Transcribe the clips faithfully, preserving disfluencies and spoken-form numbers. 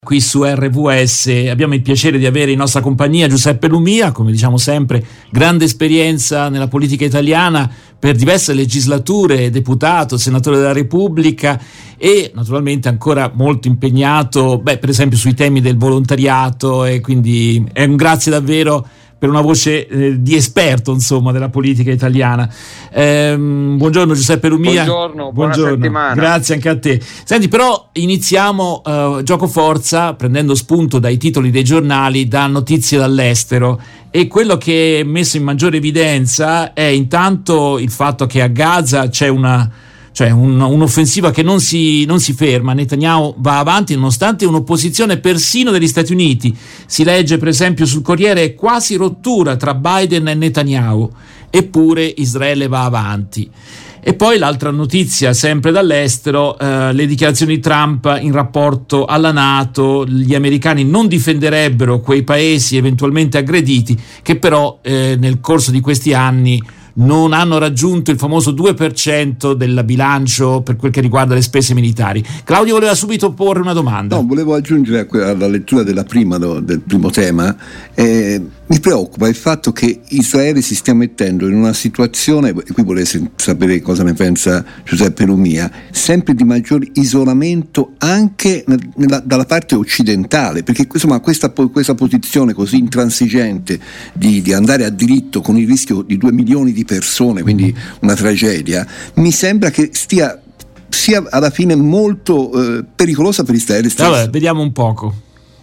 Qui su R V S abbiamo il piacere di avere in nostra compagnia Giuseppe Lumia, come diciamo sempre, grande esperienza nella politica italiana, per diverse legislature, deputato, senatore della Repubblica e naturalmente ancora molto impegnato, beh, per esempio sui temi del volontariato, e quindi è un grazie davvero per una voce eh, di esperto, insomma, della politica italiana. Ehm, buongiorno Giuseppe Lumia. Buongiorno, buona settimana. Grazie anche a te. Senti, però iniziamo uh, gioco forza, prendendo spunto dai titoli dei giornali, da notizie dall'estero. E quello che è messo in maggiore evidenza è intanto il fatto che a Gaza c'è una cioè un, un'offensiva che non si, non si ferma. Netanyahu va avanti nonostante un'opposizione persino degli Stati Uniti. Si legge per esempio sul Corriere quasi rottura tra Biden e Netanyahu, eppure Israele va avanti. E poi l'altra notizia sempre dall'estero, eh, le dichiarazioni di Trump in rapporto alla NATO. Gli americani non difenderebbero quei paesi eventualmente aggrediti, che però eh, nel corso di questi anni non hanno raggiunto il famoso due per cento del bilancio per quel che riguarda le spese militari. Claudio voleva subito porre una domanda. No, volevo aggiungere alla lettura della prima, del primo tema, eh, mi preoccupa il fatto che Israele si stia mettendo in una situazione, e qui vorrei sapere cosa ne pensa Giuseppe Lumia, sempre di maggior isolamento anche nella, dalla parte occidentale, perché insomma questa, questa posizione così intransigente di, di andare a diritto con il rischio di due milioni di persone, quindi una tragedia, mi sembra che stia sia alla fine molto eh, pericolosa per Israele stesso. Allora, vediamo un poco.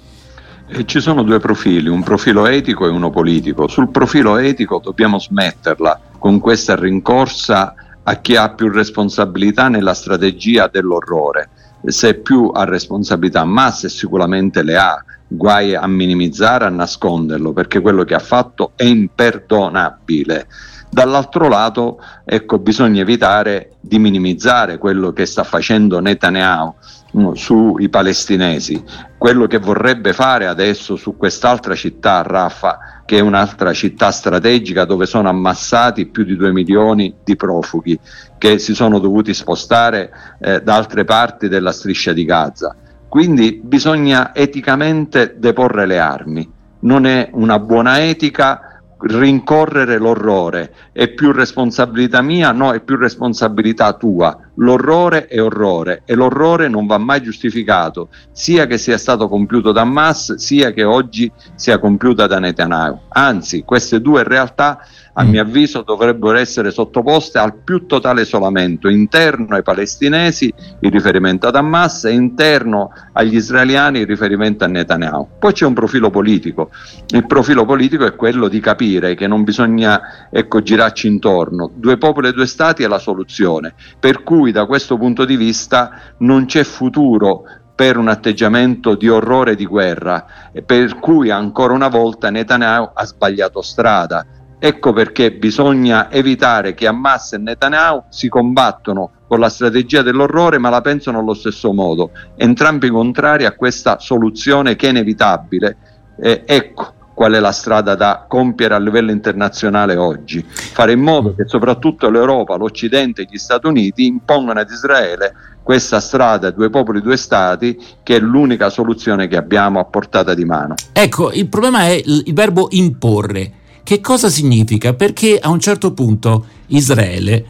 E ci sono due profili, un profilo etico e uno politico. Sul profilo etico dobbiamo smetterla con questa rincorsa a chi ha più responsabilità nella strategia dell'orrore. Se più ha responsabilità Hamas, sicuramente le ha, guai a minimizzare, a nasconderlo, perché quello che ha fatto è imperdonabile. Dall'altro lato, ecco, bisogna evitare di minimizzare quello che sta facendo Netanyahu no, sui palestinesi, quello che vorrebbe fare adesso su quest'altra città, Rafah, che è un'altra città strategica dove sono ammassati più di due milioni di profughi che si sono dovuti spostare eh, da altre parti della striscia di Gaza. Quindi bisogna eticamente deporre le armi, non è una buona etica rincorrere l'orrore. È più responsabilità mia? No, è più responsabilità tua. L'orrore è orrore e l'orrore non va mai giustificato, sia che sia stato compiuto da Hamas sia che oggi sia compiuta da Netanyahu. Anzi, queste due realtà a mio avviso dovrebbero essere sottoposte al più totale isolamento interno ai palestinesi in riferimento ad Hamas e interno agli israeliani in riferimento a Netanyahu. Poi c'è un profilo politico. Il profilo politico è quello di capire che non bisogna ecco girarci intorno. Due popoli e due stati è la soluzione, per cui da questo punto di vista non c'è futuro per un atteggiamento di orrore e di guerra, per cui ancora una volta Netanyahu ha sbagliato strada. Ecco perché bisogna evitare che Hamas e Netanyahu si combattono con la strategia dell'orrore, ma la pensano allo stesso modo, entrambi contrari a questa soluzione che è inevitabile. Eh, ecco qual è la strada da compiere a livello internazionale oggi: fare in modo che soprattutto l'Europa, l'Occidente e gli Stati Uniti impongano ad Israele questa strada, due popoli, due stati, che è l'unica soluzione che abbiamo a portata di mano. Ecco, il problema è il, il verbo imporre. Che cosa significa? Perché a un certo punto Israele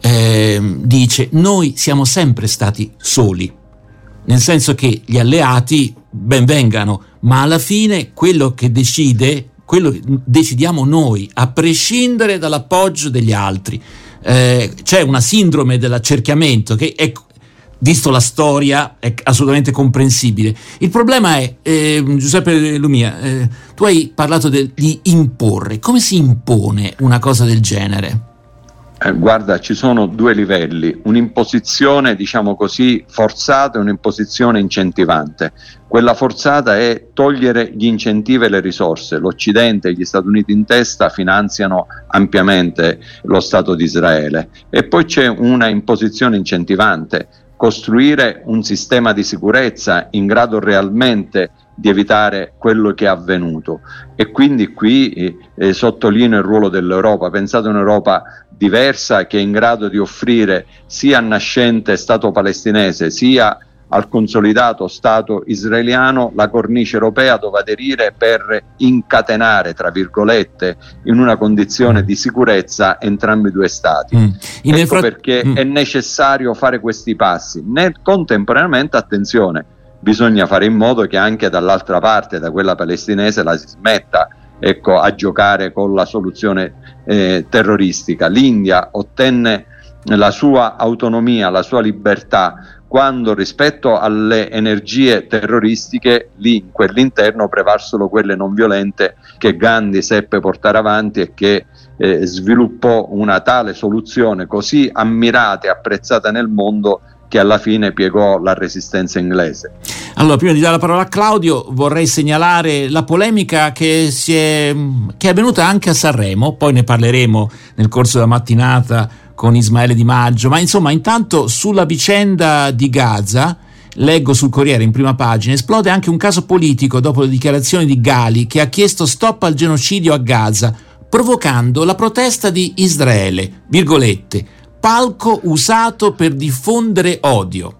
eh, dice: noi siamo sempre stati soli, nel senso che gli alleati ben vengano, ma alla fine quello che decide, quello che decidiamo noi, a prescindere dall'appoggio degli altri. Eh, c'è una sindrome dell'accerchiamento che è, visto la storia, è assolutamente comprensibile. Il problema è, eh, Giuseppe Lumia, eh, tu hai parlato de- di imporre. Come si impone una cosa del genere? Eh, guarda, ci sono due livelli: un'imposizione, diciamo così, forzata e un'imposizione incentivante. Quella forzata è togliere gli incentivi e le risorse. L'Occidente e gli Stati Uniti in testa finanziano ampiamente lo Stato di Israele. E poi c'è una imposizione incentivante: costruire un sistema di sicurezza in grado realmente di evitare quello che è avvenuto. E quindi qui eh, sottolineo il ruolo dell'Europa. Pensate a un'Europa diversa che è in grado di offrire sia al nascente Stato palestinese sia al consolidato Stato israeliano la cornice europea dove aderire per incatenare, tra virgolette, in una condizione di sicurezza entrambi i due Stati. Mm. Ecco fra- perché mm. è necessario fare questi passi. Nel, contemporaneamente, attenzione, bisogna fare in modo che anche dall'altra parte, da quella palestinese, la si smetta ecco, a giocare con la soluzione eh, terroristica. L'India ottenne la sua autonomia, la sua libertà quando rispetto alle energie terroristiche lì in quell'interno prevalsero quelle non violente che Gandhi seppe portare avanti e che eh, sviluppò una tale soluzione così ammirata e apprezzata nel mondo che alla fine piegò la resistenza inglese. Allora, prima di dare la parola a Claudio, vorrei segnalare la polemica che si è che è avvenuta anche a Sanremo, poi ne parleremo nel corso della mattinata con Ismaele Di Maggio, ma insomma intanto sulla vicenda di Gaza, leggo sul Corriere in prima pagina, esplode anche un caso politico dopo le dichiarazioni di Ghali che ha chiesto stop al genocidio a Gaza, provocando la protesta di Israele, virgolette, palco usato per diffondere odio.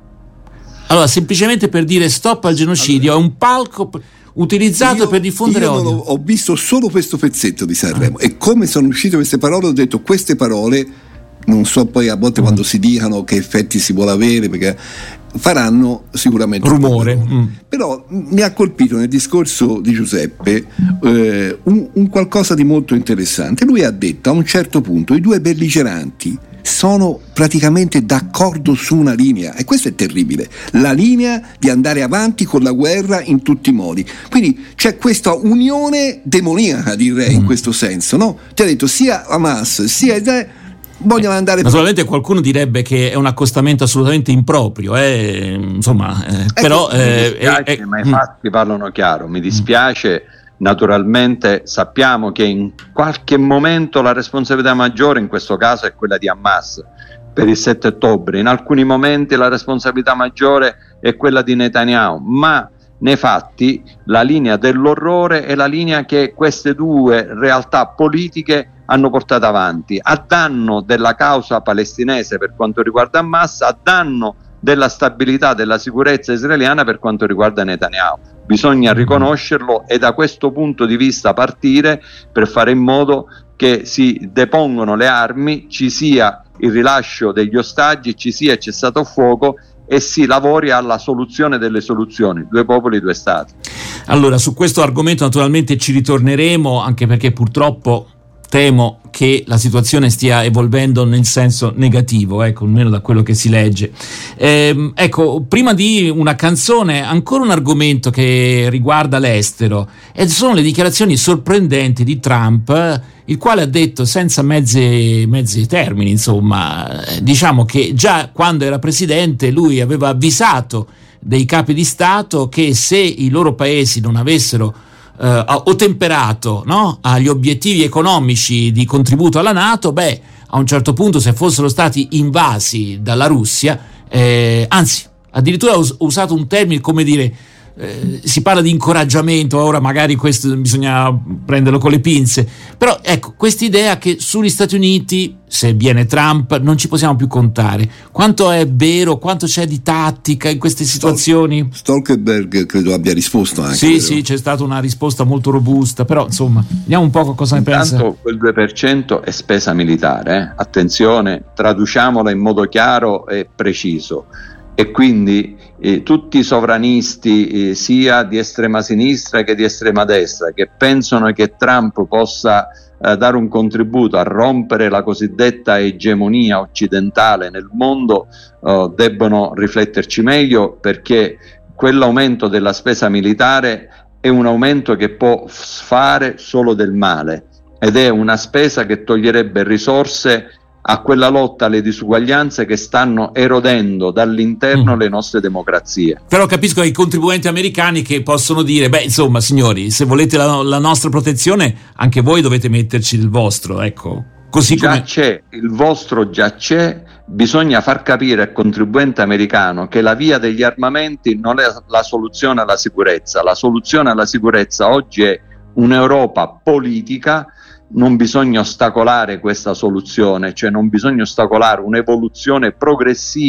Allora, semplicemente per dire stop al genocidio, allora, è un palco utilizzato io, per diffondere io odio. Io ho visto solo questo pezzetto di Sanremo ah. e come sono uscite queste parole ho detto queste parole, non so poi a volte mm. quando si dicano che effetti si vuole avere, perché faranno sicuramente rumore, mm. però mi ha colpito nel discorso di Giuseppe eh, un, un qualcosa di molto interessante. Lui ha detto a un certo punto i due belligeranti sono praticamente d'accordo su una linea e questo è terribile, la linea di andare avanti con la guerra in tutti i modi, quindi c'è questa unione demoniaca, direi, mm. in questo senso, no? Ti ha detto sia Hamas sia Israele vogliono andare. Naturalmente qualcuno direbbe che è un accostamento assolutamente improprio, eh, insomma, eh, ecco, però eh, dispiace, eh, ma i fatti mm. parlano chiaro. Mi dispiace, mm. naturalmente sappiamo che in qualche momento la responsabilità maggiore in questo caso è quella di Hamas per il sette ottobre, in alcuni momenti la responsabilità maggiore è quella di Netanyahu, ma nei fatti la linea dell'orrore è la linea che queste due realtà politiche hanno portato avanti a danno della causa palestinese per quanto riguarda Hamas, a danno della stabilità, della sicurezza israeliana per quanto riguarda Netanyahu. Bisogna riconoscerlo e da questo punto di vista partire per fare in modo che si depongono le armi, ci sia il rilascio degli ostaggi, ci sia il cessato fuoco e si lavori alla soluzione delle soluzioni, due popoli, due stati. Allora, su questo argomento naturalmente ci ritorneremo, anche perché purtroppo temo che la situazione stia evolvendo nel senso negativo, ecco, almeno da quello che si legge. Ehm, ecco, prima di una canzone, ancora un argomento che riguarda l'estero, e sono le dichiarazioni sorprendenti di Trump, il quale ha detto senza mezzi, mezzi termini, insomma, diciamo che già quando era presidente lui aveva avvisato dei capi di Stato che se i loro paesi non avessero Uh, ottemperato, no? agli obiettivi economici di contributo alla NATO, beh, a un certo punto se fossero stati invasi dalla Russia, eh, anzi, addirittura ha us- usato un termine, come dire, eh, si parla di incoraggiamento, ora magari questo bisogna prenderlo con le pinze, però ecco, quest'idea che sugli Stati Uniti, se viene Trump, non ci possiamo più contare. Quanto è vero, quanto c'è di tattica in queste situazioni? Stoltenberg credo abbia risposto anche. Sì, vero? Sì, c'è stata una risposta molto robusta, però insomma, vediamo un po' cosa ne pensa. Intanto quel due per cento è spesa militare, eh? Attenzione, traduciamola in modo chiaro e preciso. E quindi eh, tutti i sovranisti eh, sia di estrema sinistra che di estrema destra che pensano che Trump possa eh, dare un contributo a rompere la cosiddetta egemonia occidentale nel mondo eh, debbono rifletterci meglio, perché quell'aumento della spesa militare è un aumento che può fare solo del male ed è una spesa che toglierebbe risorse a quella lotta alle disuguaglianze che stanno erodendo dall'interno mm. le nostre democrazie. Però capisco i contribuenti americani che possono dire, beh insomma signori, se volete la, la nostra protezione anche voi dovete metterci il vostro, ecco. Così già come c'è, il vostro già c'è, bisogna far capire al contribuente americano che la via degli armamenti non è la soluzione alla sicurezza, la soluzione alla sicurezza oggi è un'Europa politica. Non bisogna ostacolare questa soluzione, cioè non bisogna ostacolare un'evoluzione progressiva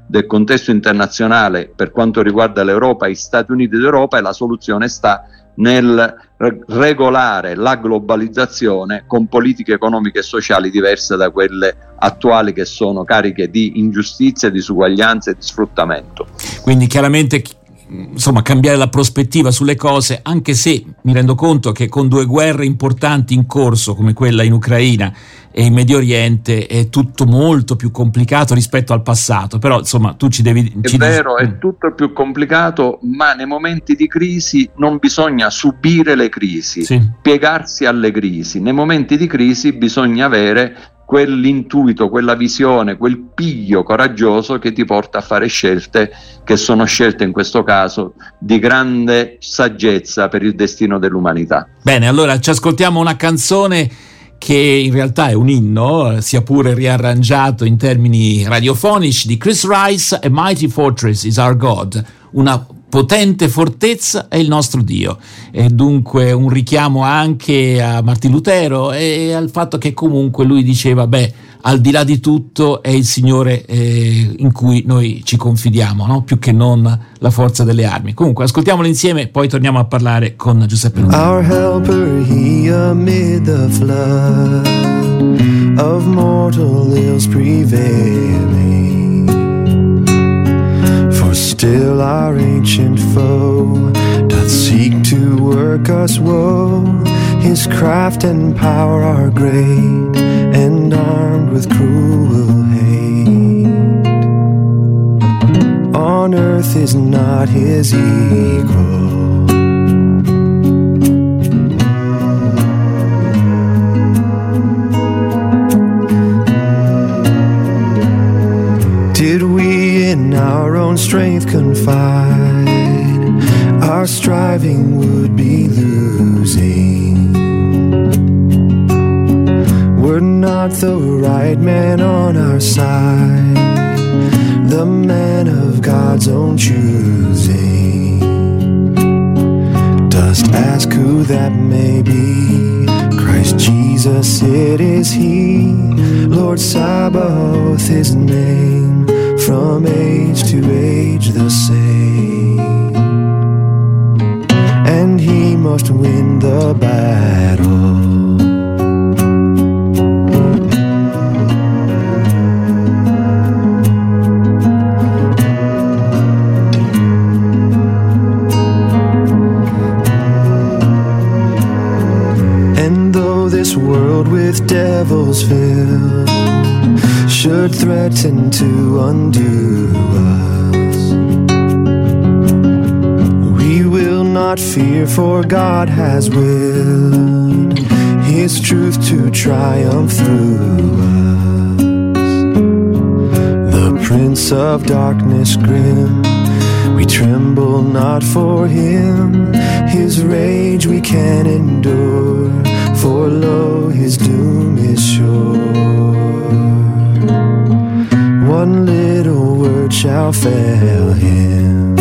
del contesto internazionale per quanto riguarda l'Europa, gli Stati Uniti d'Europa, e la soluzione sta nel regolare la globalizzazione con politiche economiche e sociali diverse da quelle attuali, che sono cariche di ingiustizia, disuguaglianza e di sfruttamento. Quindi chiaramente, insomma, cambiare la prospettiva sulle cose, anche se mi rendo conto che con due guerre importanti in corso come quella in Ucraina e in Medio Oriente è tutto molto più complicato rispetto al passato, però insomma tu ci devi... È ci vero, devi... è tutto più complicato, ma nei momenti di crisi non bisogna subire le crisi, sì. piegarsi alle crisi. Nei momenti di crisi bisogna avere quell'intuito, quella visione, quel piglio coraggioso che ti porta a fare scelte che sono scelte in questo caso di grande saggezza per il destino dell'umanità. Bene, allora ci ascoltiamo una canzone che in realtà è un inno, sia pure riarrangiato in termini radiofonici, di Chris Rice, A Mighty Fortress is Our God, una potente fortezza è il nostro Dio, e dunque un richiamo anche a Martin Lutero e al fatto che comunque lui diceva, beh, al di là di tutto è il Signore eh, in cui noi ci confidiamo, no? Più che non la forza delle armi. Comunque ascoltiamolo insieme, poi torniamo a parlare con Giuseppe Lumia. Our helper he amid the flood of mortal ills prevailing, for still our ancient foe doth seek to work us woe. His craft and power are great, and armed with cruel hate. On earth is not his equal. Did we in our own strength confide, our striving would be losing. We're not the right man on our side, the man of God's own choosing. Dost ask who that may be? Christ Jesus it is he, Lord Sabaoth his name, from age to age the same. And he must win the battle. This world with devils filled should threaten to undo us, we will not fear, for God has willed his truth to triumph through us. The Prince of Darkness grim, we tremble not for him, his rage we can endure, for lo, his doom is sure. One little word shall fail him.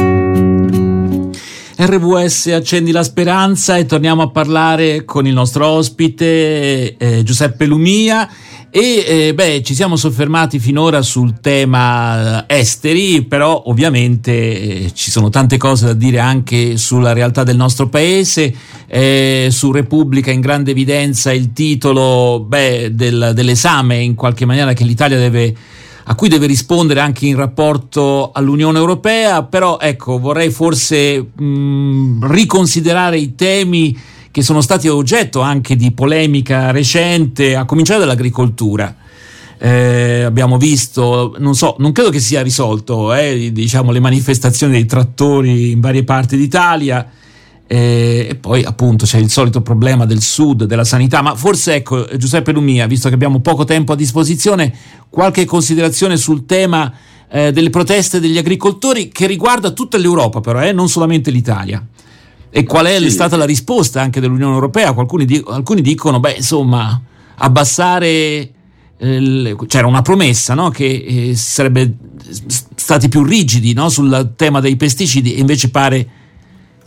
R V S Accendi la Speranza, e torniamo a parlare con il nostro ospite eh, Giuseppe Lumia. E eh, beh, ci siamo soffermati finora sul tema esteri, però ovviamente eh, ci sono tante cose da dire anche sulla realtà del nostro paese. Eh, su Repubblica in grande evidenza il titolo beh, del, dell'esame in qualche maniera che l'Italia deve, a cui deve rispondere anche in rapporto all'Unione Europea, però ecco, vorrei forse mh, riconsiderare i temi che sono stati oggetto anche di polemica recente, a cominciare dall'agricoltura. Eh, abbiamo visto, non so, non credo che sia risolto, eh, diciamo, le manifestazioni dei trattori in varie parti d'Italia, eh, e poi appunto c'è il solito problema del sud, della sanità, ma forse ecco, Giuseppe Lumia, visto che abbiamo poco tempo a disposizione, qualche considerazione sul tema eh, delle proteste degli agricoltori, che riguarda tutta l'Europa però, eh, non solamente l'Italia. E qual è sì. stata la risposta anche dell'Unione Europea? Alcuni, di, alcuni dicono, beh, insomma, abbassare, eh, c'era una promessa, no? Che eh, sarebbe stati più rigidi, no? Sul tema dei pesticidi, e invece pare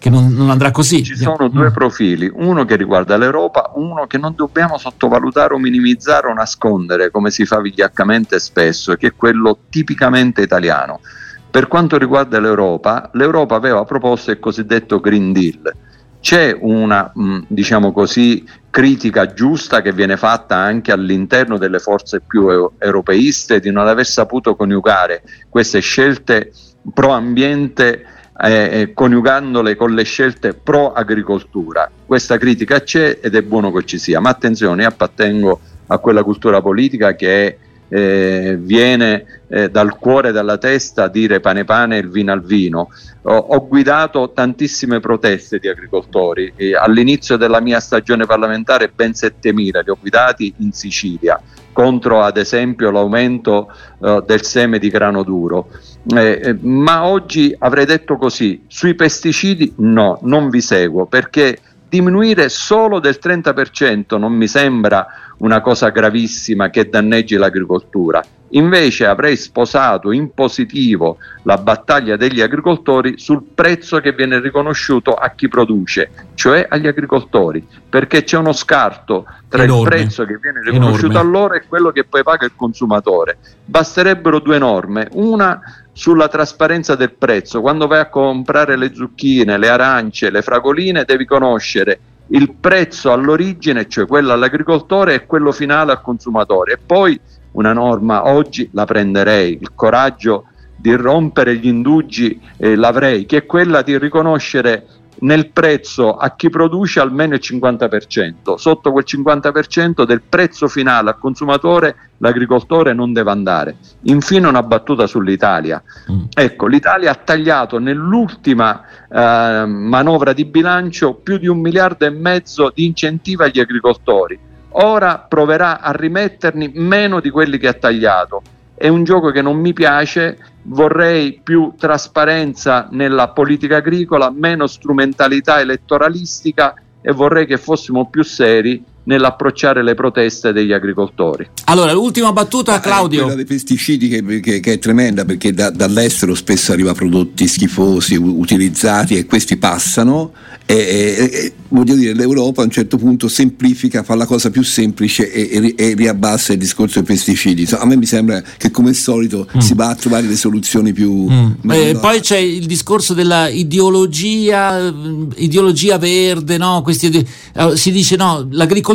che non, non andrà così. Ci sono due profili, uno che riguarda l'Europa, uno che non dobbiamo sottovalutare o minimizzare o nascondere, come si fa vigliaccamente spesso, che è quello tipicamente italiano. Per quanto riguarda l'Europa, l'Europa aveva proposto il cosiddetto Green Deal. C'è una, mh, diciamo così, critica giusta che viene fatta anche all'interno delle forze più eu- europeiste di non aver saputo coniugare queste scelte pro ambiente eh, coniugandole con le scelte pro agricoltura. Questa critica c'è ed è buono che ci sia, ma attenzione, io appartengo a quella cultura politica che è Eh, viene eh, dal cuore e dalla testa a dire pane pane e il vino al vino. Ho, ho guidato tantissime proteste di agricoltori e all'inizio della mia stagione parlamentare ben settemila li ho guidati in Sicilia contro ad esempio l'aumento eh, del seme di grano duro, eh, eh, ma oggi avrei detto così: sui pesticidi no, non vi seguo, perché diminuire solo del trenta per cento non mi sembra una cosa gravissima che danneggi l'agricoltura. Invece avrei sposato in positivo la battaglia degli agricoltori sul prezzo che viene riconosciuto a chi produce, cioè agli agricoltori, perché c'è uno scarto tra enorme, il prezzo che viene riconosciuto enorme. a loro e quello che poi paga il consumatore. Basterebbero due norme, una sulla trasparenza del prezzo. Quando vai a comprare le zucchine, le arance, le fragoline, devi conoscere il prezzo all'origine, cioè quello all'agricoltore, e quello finale al consumatore. E poi una norma, oggi la prenderei, il coraggio di rompere gli indugi eh, l'avrei, che è quella di riconoscere nel prezzo a chi produce almeno il cinquanta per cento. Sotto quel cinquanta per cento del prezzo finale al consumatore l'agricoltore non deve andare. Infine una battuta sull'Italia. Mm. Ecco, l'Italia ha tagliato nell'ultima eh, manovra di bilancio più di un miliardo e mezzo di incentivi agli agricoltori. Ora proverà a rimetterni meno di quelli che ha tagliato. È un gioco che non mi piace, vorrei più trasparenza nella politica agricola, meno strumentalità elettoralistica, e vorrei che fossimo più seri nell'approcciare le proteste degli agricoltori. Allora, l'ultima battuta, Claudio. Quella dei pesticidi che, che, che è tremenda, perché da, dall'estero spesso arriva prodotti schifosi, u- utilizzati, e questi passano e, e, e voglio dire, l'Europa a un certo punto semplifica, fa la cosa più semplice e, e, e riabbassa il discorso dei pesticidi. Insomma, a me mi sembra che come al solito mm. si va a trovare le soluzioni più mm. eh, poi c'è il discorso della ideologia ideologia verde, no? Questi, eh, si dice no, l'agricoltura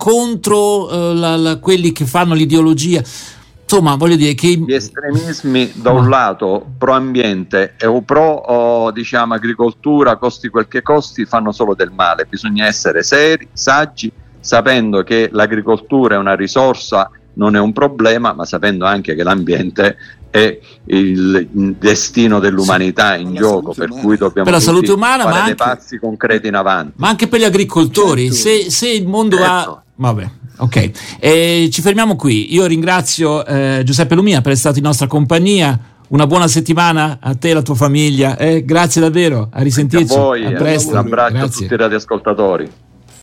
contro uh, la, la, quelli che fanno l'ideologia. Insomma, voglio dire che gli estremismi da un lato pro ambiente e o pro oh, diciamo agricoltura, costi quel che costi, fanno solo del male. Bisogna essere seri, saggi, sapendo che l'agricoltura è una risorsa, non è un problema, ma sapendo anche che l'ambiente è il destino dell'umanità in gioco, per cui dobbiamo per la salute umana, fare ma dei anche, passi concreti in avanti. Ma anche per gli agricoltori, certo. se, se il mondo certo. va... Vabbè, ok. E ci fermiamo qui. Io ringrazio eh, Giuseppe Lumia per essere stato in nostra compagnia. Una buona settimana a te e alla tua famiglia. Eh, grazie davvero, a risentirci. A voi, a presto. Un abbraccio grazie. a tutti i radioascoltatori.